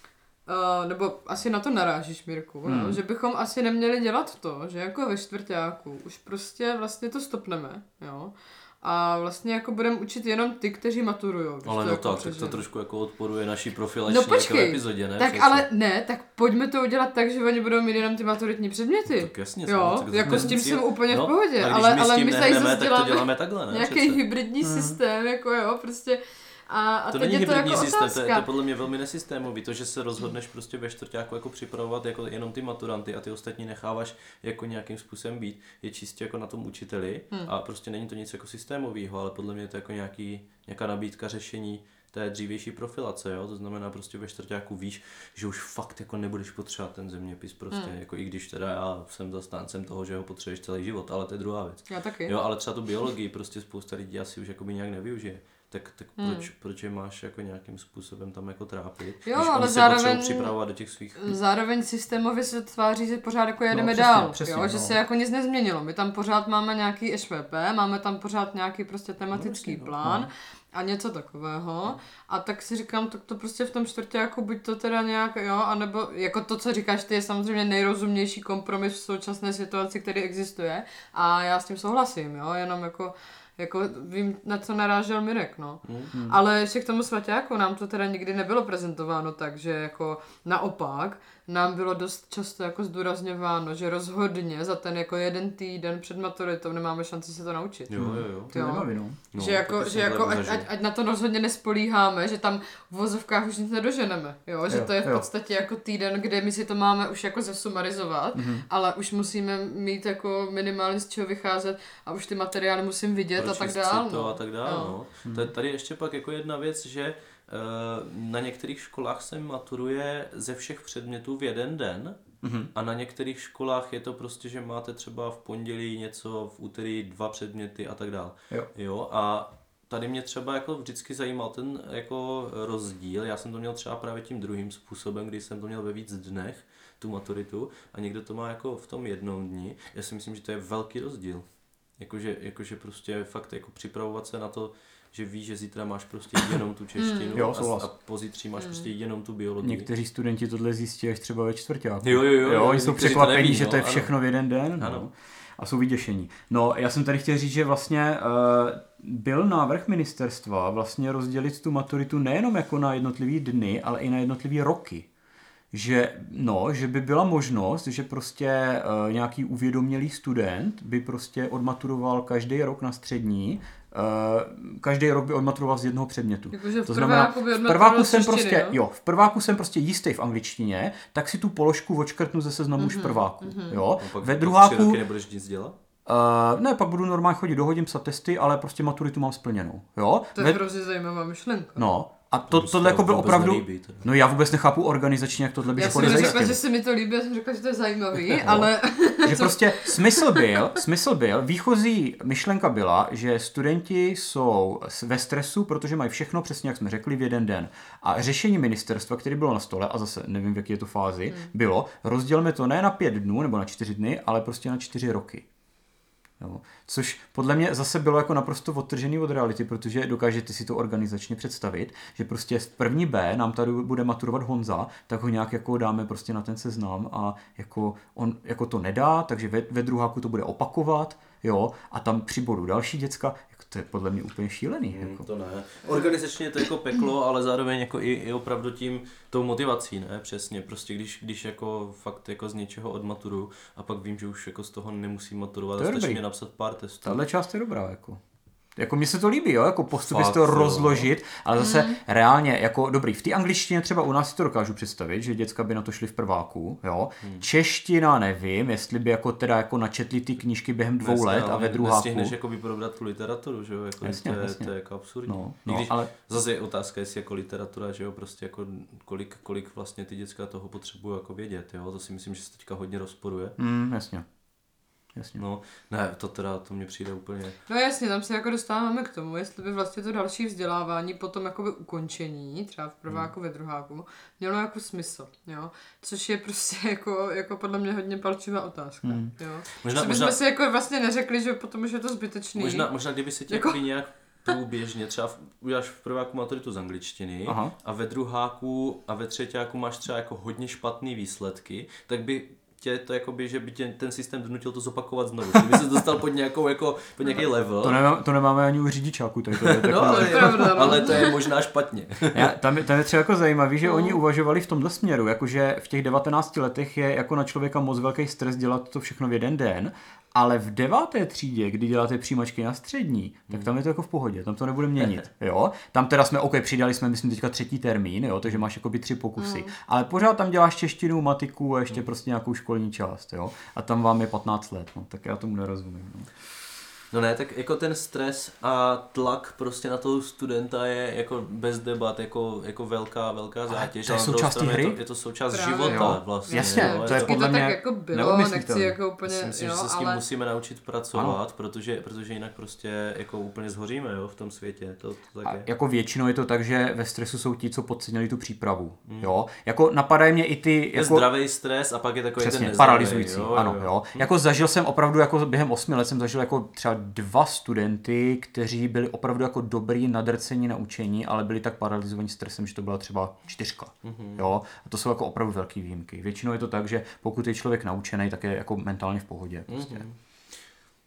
Speaker 3: uh, nebo asi na to narážíš, Mirku, hmm. no, že bychom asi neměli dělat to, že jako ve čtvrťáku už prostě vlastně to stopneme, jo. A vlastně jako budeme učit jenom ty, kteří maturujou.
Speaker 1: Ale no
Speaker 3: jako
Speaker 1: tak, tak to trošku jako odporuje naší profilační
Speaker 3: no počkej,
Speaker 1: jako epizodě, ne?
Speaker 3: Tak
Speaker 1: Přece.
Speaker 3: ale ne, tak pojďme to udělat tak, že oni budou mít jenom ty maturitní předměty.
Speaker 1: Tak jasně.
Speaker 3: Jo,
Speaker 1: tak
Speaker 3: jako s tím
Speaker 1: cíl.
Speaker 3: jsem úplně
Speaker 1: no,
Speaker 3: v pohodě,
Speaker 1: ale,
Speaker 3: ale, ale my
Speaker 1: nehneme,
Speaker 3: zase děláme,
Speaker 1: děláme takhle, ne?
Speaker 3: nějaký
Speaker 1: Přece.
Speaker 3: hybridní hmm. systém, jako jo, prostě. A, a
Speaker 1: to
Speaker 3: teď
Speaker 1: není
Speaker 3: je to
Speaker 1: hybridní
Speaker 3: jako
Speaker 1: systém, to je, to je
Speaker 3: otázka.
Speaker 1: podle mě velmi nesystémový, to, že se rozhodneš prostě ve čtvrťáku jako připravovat jako jenom ty maturanty a ty ostatní necháváš jako nějakým způsobem být, je čistě jako na tom učiteli hmm. a prostě není to nic jako systémového, ale podle mě je to jako nějaký, nějaká nabídka řešení té dřívější profilace, jo, to znamená prostě ve čtvrťáku víš, že už fakt jako nebudeš potřebovat ten zeměpis prostě, hmm. jako i když teda já jsem zastáncem toho, že ho potřebuješ celý život, ale to je druhá věc.
Speaker 3: Já taky.
Speaker 1: Jo, ale třeba tu biologii prostě spousta lidí asi už jakoby nějak nevyužije. Tak, tak hmm. proč, proč je máš jako nějakým způsobem tam jako trápit,
Speaker 3: jo,
Speaker 1: když
Speaker 3: ale
Speaker 1: oni se
Speaker 3: zároveň,
Speaker 1: potřebují připravovat do těch svých...
Speaker 3: Zároveň systémově se tváří, že pořád jako jedeme
Speaker 2: no, přesně,
Speaker 3: dál,
Speaker 2: přesně,
Speaker 3: jo,
Speaker 2: no.
Speaker 3: že se jako nic nezměnilo. My tam pořád máme nějaký eš vé pé, máme tam pořád nějaký prostě tematický no, plán no. a něco takového. A tak si říkám, tak to prostě v tom čtvrťáku buď to teda nějak, jo, anebo jako to, co říkáš ty, je samozřejmě nejrozumnější kompromis v současné situaci, který existuje. A já s tím souhlasím, jo, jenom jako Jako vím, na co narážel Mirek, no.
Speaker 1: Hmm.
Speaker 3: Ale ještě k tomu svaťáku, nám to teda nikdy nebylo prezentováno tak, že jako naopak nám bylo dost často jako zdůrazňováno, že rozhodně za ten jako jeden týden před maturitou nemáme šanci se to naučit.
Speaker 1: Jo, jo, jo.
Speaker 2: To je zajímavý, no.
Speaker 1: No,
Speaker 3: že jako, že jako ať, ať, ať na to rozhodně nespolíháme, že tam v vozovkách už nic nedoženeme, jo? Že
Speaker 2: jo,
Speaker 3: to je v
Speaker 2: jo.
Speaker 3: podstatě jako týden, kde my si to máme už jako zasumarizovat, mm-hmm. ale už musíme mít jako minimálně z čeho vycházet a už ty materiály musím vidět a tak dál.
Speaker 1: To
Speaker 3: no.
Speaker 1: a tak dál,
Speaker 3: jo.
Speaker 1: no. Hmm. To je tady ještě pak jako jedna věc, že na některých školách se maturuje ze všech předmětů v jeden den mm-hmm. a na některých školách je to prostě, že máte třeba v pondělí něco, v úterý dva předměty a tak dále.
Speaker 2: Jo.
Speaker 1: Jo, a tady mě třeba jako vždycky zajímal ten jako rozdíl. Já jsem to měl třeba právě tím druhým způsobem, kdy jsem to měl ve víc dnech, tu maturitu, a někdo to má jako v tom jednom dni. Já si myslím, že to je velký rozdíl. Jakože, jakože prostě fakt jako připravovat se na to, že víš, že zítra máš prostě jenom tu češtinu
Speaker 2: jo,
Speaker 1: a, a pozítří máš prostě jenom tu biologii.
Speaker 2: Někteří studenti tohle zjistí až třeba ve čtvrťáku.
Speaker 1: Jo, jo, jo.
Speaker 2: jo oni jsou překvapení, neví, že to je
Speaker 1: no,
Speaker 2: všechno
Speaker 1: ano.
Speaker 2: v jeden den.
Speaker 1: Ano.
Speaker 2: No. A jsou vyděšení. No, já jsem tady chtěl říct, že vlastně uh, byl návrh ministerstva vlastně rozdělit tu maturitu nejenom jako na jednotlivý dny, ale i na jednotlivý roky. Že, no, že by byla možnost, že prostě uh, nějaký uvědomělý student by prostě odmaturoval každý rok na střední, Uh, každý rok by odmaturoval z jednoho předmětu.
Speaker 3: Jakože v
Speaker 2: to znamená,
Speaker 3: prváku by
Speaker 2: v prváku jsem
Speaker 3: češtiny,
Speaker 2: prostě,
Speaker 3: no?
Speaker 2: jo, v prváku jsem prostě jistý v angličtině, tak si tu položku odškrtnu ze seznamu mm-hmm, už v prváku. Mm-hmm. Jo?
Speaker 1: No, pak,
Speaker 2: Ve
Speaker 1: pak
Speaker 2: druháku
Speaker 1: tři roky nebudeš nic dělat?
Speaker 2: Uh, ne, pak budu normálně chodit do hodin, psat testy, ale prostě maturitu mám splněnou. Jo?
Speaker 3: To je
Speaker 2: Ve...
Speaker 3: hrozně zajímavá myšlenka.
Speaker 2: No, a to,
Speaker 1: To
Speaker 2: tohle jako byl opravdu...
Speaker 1: Nelíbí,
Speaker 2: no já vůbec nechápu organizačně, jak tohle by
Speaker 3: já
Speaker 2: školy
Speaker 3: jsem
Speaker 2: zajistily.
Speaker 3: řekla, že se mi to líbí, já jsem řekla, že to je zajímavý, ale...
Speaker 2: Že prostě smysl byl, smysl byl, výchozí myšlenka byla, že studenti jsou ve stresu, protože mají všechno, přesně jak jsme řekli, v jeden den. A řešení ministerstva, které bylo na stole, a zase nevím, v jaké je to fázi, hmm. bylo, rozdělme to ne na pět dnů nebo na čtyři dny, ale prostě na čtyři roky. Jo. Což podle mě zase bylo jako naprosto odtržený od reality, protože dokážete si to organizačně představit, že prostě v první B nám tady bude maturovat Honza, tak ho nějak jako dáme prostě na ten seznam a jako on jako to nedá, takže ve, ve druháku to bude opakovat, jo, a tam při bodu další děcka, jako to je podle mě úplně šílený.
Speaker 1: Hmm,
Speaker 2: jako.
Speaker 1: To ne. Organizačně je to jako peklo, ale zároveň jako i, i opravdu tím tou motivací, ne? Přesně, prostě když, když jako fakt jako z něčeho odmaturu a pak vím, že už jako z toho nemusím maturovat a stačí mě napsat pár testů.
Speaker 2: Tahle část je dobrá, jako. Jako mně se to líbí, jo, jako postupy
Speaker 1: Fakt,
Speaker 2: to
Speaker 1: jo.
Speaker 2: rozložit, ale zase mm. reálně, jako dobrý, v té angličtině třeba u nás si to dokážu představit, že děcka by na to šli v prváku, jo. Mm. Čeština nevím, jestli by jako teda jako načetli ty knížky během dvou
Speaker 1: Jasně,
Speaker 2: let a ve druháku.
Speaker 1: Nestihneš jako vyprobrat tu literaturu, že jo, jako
Speaker 2: Jasně,
Speaker 1: to, je,
Speaker 2: jasně.
Speaker 1: to je jako absurdní.
Speaker 2: No, no,
Speaker 1: když,
Speaker 2: ale...
Speaker 1: Zase je otázka, jestli jako literatura, že jo, prostě jako kolik, kolik vlastně ty děcka toho potřebují jako vědět, jo, to si myslím, že se teďka hodně rozporuje.
Speaker 2: Mm, jasně. Jasně.
Speaker 1: No, ne, to teda, to mně přijde úplně...
Speaker 3: No jasně, tam se jako dostáváme k tomu, jestli by vlastně to další vzdělávání potom jakoby ukončení, třeba v prváku, hmm. ve druháku, mělo jako smysl, jo. Což je prostě jako, jako podle mě hodně palčivá otázka, hmm. jo. Možná, Co bychom možná, si jako vlastně neřekli, že potom už je to zbytečný.
Speaker 1: Možná, možná kdyby si tě jako... nějak průběžně, třeba v, uděláš v prváku maturitu z angličtiny Aha. a ve druháku a ve třetíku máš třeba jako hodně špatný výsledky, tak by tě to jakoby, že by tě ten systém donutil to zopakovat znovu. Že by se dostal pod nějakou jako, pod nějaký level.
Speaker 2: To, nemá, to nemáme ani u řidičáku. Tady to je
Speaker 1: no, ale, je, ale to je možná špatně.
Speaker 2: Já, tam, je, tam je třeba jako zajímavý, že no. oni uvažovali v tomto směru, jakože v těch devatenácti letech je jako na člověka moc velký stres dělat to všechno v jeden den, ale v deváté třídě, kdy děláte přijímačky na střední, tak tam je to jako v pohodě, tam to nebude měnit, jo. Tam teda jsme, ok, přidali jsme, myslím, teďka třetí termín, jo, takže máš jakoby tři pokusy, mm. ale pořád tam děláš češtinu, matiku a ještě mm. prostě nějakou školní část, jo. A tam vám je patnáct let, no, tak já tomu nerozumím, no.
Speaker 1: No ne, tak jako ten stres a tlak prostě na toho studenta je jako bez debat, jako, jako velká, velká zátěž.
Speaker 2: To je součást hry?
Speaker 1: Je to, je to součást
Speaker 3: Právě,
Speaker 1: života
Speaker 2: jo.
Speaker 1: vlastně.
Speaker 2: Jasně,
Speaker 1: jo,
Speaker 2: to je podle mě
Speaker 3: tak jako bylo, nechci jako úplně,
Speaker 1: myslím,
Speaker 3: jo,
Speaker 1: že se s tím
Speaker 3: ale...
Speaker 1: musíme naučit pracovat, protože, protože jinak prostě jako úplně zhoříme, jo, v tom světě. To, to tak je.
Speaker 2: Jako většinou je to tak, že ve stresu jsou ti, co podcenili tu přípravu, mm. jo. Jako napadají mě i ty...
Speaker 1: Je
Speaker 2: jako...
Speaker 1: zdravý stres a pak je takový
Speaker 2: Přesně,
Speaker 1: ten nezdravý.
Speaker 2: paralyzující,
Speaker 1: jo,
Speaker 2: ano,
Speaker 1: jo.
Speaker 2: jo. Hm. Jako zažil jsem opravdu, jako během osmi let jsem zažil jako třeba dva studenty, kteří byli opravdu jako dobrý, nadrcení na učení, ale byli tak paralyzovaní stresem, že to byla třeba čtyřka. Mm-hmm. Jo? A to jsou jako opravdu velké výjimky. Většinou je to tak, že pokud je člověk naučený, tak je jako mentálně v pohodě. Prostě. Mm-hmm.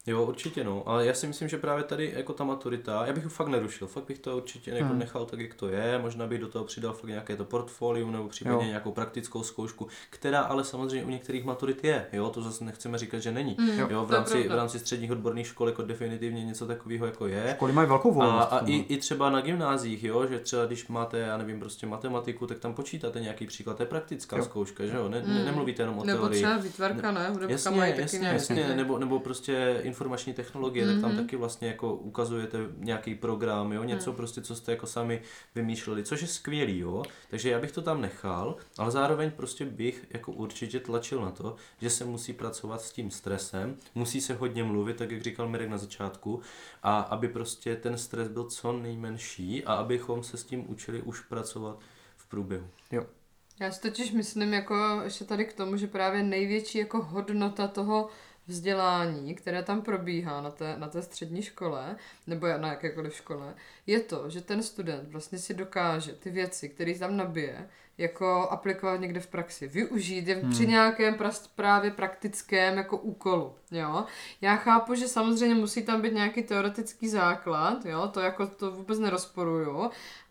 Speaker 1: Jo, určitě no, ale já si myslím, že právě tady jako ta maturita, já bych ji fakt nerušil, fakt bych to určitě jako
Speaker 2: hmm.
Speaker 1: nechal tak, jak to je, možná bych do toho přidal fakt nějaké to portfolium nebo případně jo. nějakou praktickou zkoušku, která ale samozřejmě u některých maturit je, jo, to zase nechceme říkat, že není, mm, jo, v rámci, v rámci středních odborných škol jako definitivně něco takového jako je.
Speaker 2: Školy mají velkou volnost.
Speaker 1: A, a i, i třeba na gymnáziích, jo, že třeba když máte, já nevím, prostě matematiku, tak tam počítáte nějaký příklad, to je praktická jo. zkouška, že jo, ne, mm. nemluvíte jenom o
Speaker 3: nebo
Speaker 1: teorii.
Speaker 3: Nebo třeba výtvarka, ne, hudebka
Speaker 1: jasně,
Speaker 3: mají
Speaker 1: jasně,
Speaker 3: taky
Speaker 1: jasně, jasně. Nebo, nebo prostě informační technologie, mm-hmm. tak tam taky vlastně jako ukazujete nějaký program, jo, něco mm. prostě, co jste jako sami vymýšleli, což je skvělý, jo, takže já bych to tam nechal, ale zároveň prostě bych jako určitě tlačil na to, že se musí pracovat s tím stresem, musí se hodně mluvit, tak jak říkal Mirek na začátku, a aby prostě ten stres byl co nejmenší a abychom se s tím učili už pracovat v průběhu.
Speaker 2: Jo.
Speaker 3: Já si totiž myslím jako ještě tady k tomu, že právě největší jako hodnota toho vzdělání, které tam probíhá na té, na té střední škole, nebo na jakékoliv škole, je to, že ten student vlastně si dokáže ty věci, které tam nabije, jako aplikovat někde v praxi, využít je hmm. při nějakém prast, právě praktickém jako úkolu, jo. Já chápu, že samozřejmě musí tam být nějaký teoretický základ, jo, to jako to vůbec nerozporuju,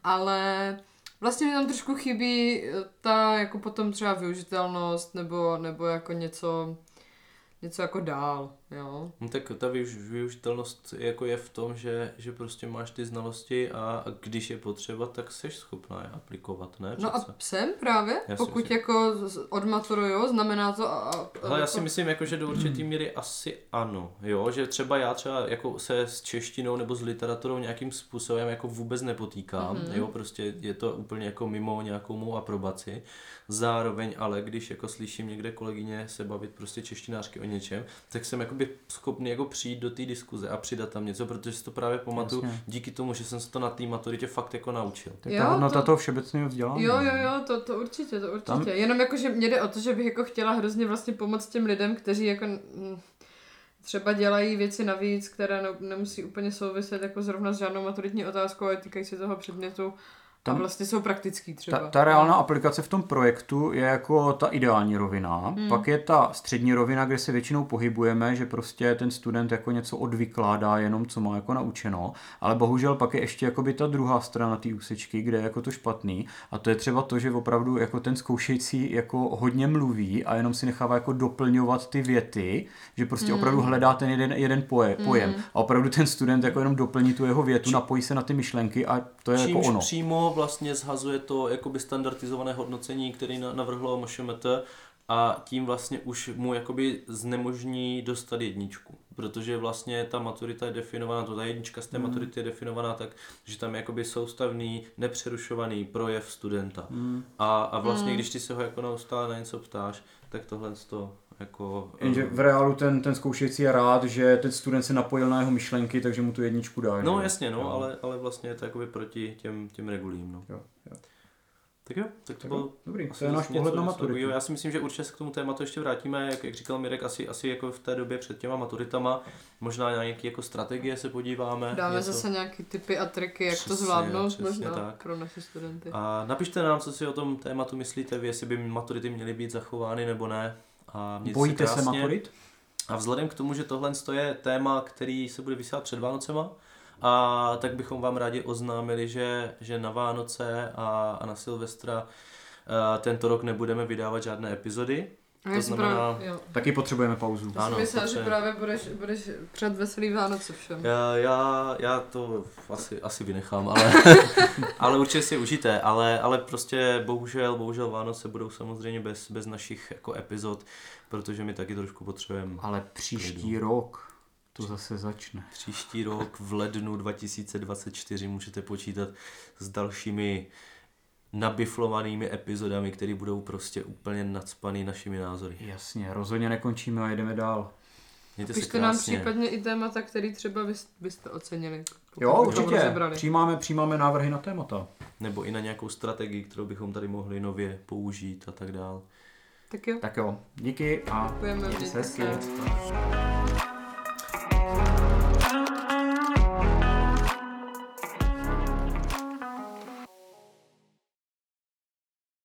Speaker 3: ale vlastně mi tam trošku chybí ta jako potom třeba využitelnost nebo, nebo jako něco něco jako dál, jo.
Speaker 1: No tak ta využ- využitelnost jako je v tom, že, že prostě máš ty znalosti a, a když je potřeba, tak seš schopná je aplikovat, ne? Přece.
Speaker 3: No a jsem právě, já pokud myslím. Jako odmaturuju, znamená to... A, a,
Speaker 1: Hele, já si myslím, jako, že do určitý míry asi ano, jo, že třeba já třeba jako se s češtinou nebo s literaturou nějakým způsobem jako vůbec nepotýkám, mm-hmm. jo, prostě je to úplně jako mimo nějakou mou aprobaci, zároveň ale když jako slyším někde kolegyně se bavit prostě češtinářky o něčem, tak jsem jakoby schopný jako přijít do té diskuze a přidat tam něco, protože si to právě pamatuju Jasně. díky tomu, že jsem se to na té maturitě fakt jako naučil.
Speaker 2: Tak ta hodnota to... toho všeobecného vzdělání.
Speaker 3: Jo, jo, jo, to, to určitě, to určitě. Tam... Jenom jako, že mě jde o to, že bych jako chtěla hrozně vlastně pomoct těm lidem, kteří jako m, třeba dělají věci navíc, které ne, nemusí úplně souviset jako zrovna s žádnou maturitní otázkou, ale týkají se toho předmětu. Tam, a vlastně jsou praktický třeba.
Speaker 2: Ta, ta reálná aplikace v tom projektu je jako ta ideální rovina. Hmm. Pak je ta střední rovina, kde se většinou pohybujeme, že prostě ten student jako něco odvykládá jenom, co má jako naučeno. Ale bohužel pak je ještě jakoby ta druhá strana té úsečky, kde je jako to špatný. A to je třeba to, že opravdu jako ten zkoušející jako hodně mluví a jenom si nechává jako doplňovat ty věty, že prostě hmm. opravdu hledá ten jeden, jeden poje, pojem. Hmm. A opravdu ten student jako jenom doplní tu jeho větu, napojí se na ty myšlenky a to je
Speaker 1: Čímž
Speaker 2: jako ono.
Speaker 1: Přímo vlastně zhazuje to jakoby standardizované hodnocení, které navrhlo M Š M T a tím vlastně už mu jakoby znemožní dostat jedničku, protože vlastně ta maturita je definovaná, to ta jednička z té mm. maturity je definovaná tak, že tam je jakoby soustavný, nepřerušovaný projev studenta mm. a, a vlastně mm. když ty se ho jako neustále na něco ptáš, tak tohle to jako...
Speaker 2: Jenže v reálu ten, ten zkoušející je rád, že ten student se napojil na jeho myšlenky, takže mu tu jedničku dá.
Speaker 1: No
Speaker 2: že?
Speaker 1: jasně, no, ale, ale vlastně je to jakoby proti těm, těm regulím, no.
Speaker 2: Jo, jo.
Speaker 1: Tak jo, tak to
Speaker 2: tak
Speaker 1: bylo...
Speaker 2: Dobrý, to je náš pohled na maturitu.
Speaker 1: Já si myslím, že určitě se k tomu tématu ještě vrátíme, jak, jak říkal Mirek, asi, asi jako v té době před těma maturitama, možná na nějaké jako strategie se podíváme.
Speaker 3: Dáme něco. Zase nějaké tipy a triky, jak přesně, to zvládnout možná tak. Pro naše studenty.
Speaker 1: A napište nám, co si o tom tématu myslíte vy, jestli by maturity měly být zachovány nebo ne. A
Speaker 2: bojíte se, se maturit?
Speaker 1: A vzhledem k tomu, že tohle je téma, který se bude vysílat před Vánocema, a tak bychom vám rádi oznámili, že, že na Vánoce a, a na Silvestra a tento rok nebudeme vydávat žádné epizody.
Speaker 3: To znamená...
Speaker 2: Taky potřebujeme pauzu.
Speaker 3: Já si myslím, že právě budeš, budeš před veselý Vánoce všem.
Speaker 1: Já, já, já to asi, asi vynechám, ale, ale určitě si užijte, ale, ale prostě bohužel, bohužel Vánoce budou samozřejmě bez, bez našich jako epizod, protože my taky trošku potřebujeme.
Speaker 2: Ale příští klidu. Rok to zase začne.
Speaker 1: Příští rok v lednu dva tisíce dvacet čtyři můžete počítat s dalšími nabiflovanými epizodami, které budou prostě úplně nacpaný našimi názory.
Speaker 2: Jasně, rozhodně nekončíme a jedeme dál.
Speaker 3: Pište nám případně i témata, který třeba byste ocenili.
Speaker 2: Jo, určitě. Přijímáme, přijímáme návrhy na témata.
Speaker 1: Nebo i na nějakou strategii, kterou bychom tady mohli nově použít a tak dál.
Speaker 3: Tak jo.
Speaker 2: Tak jo, díky a
Speaker 3: děkujeme.
Speaker 2: mějte se hezky.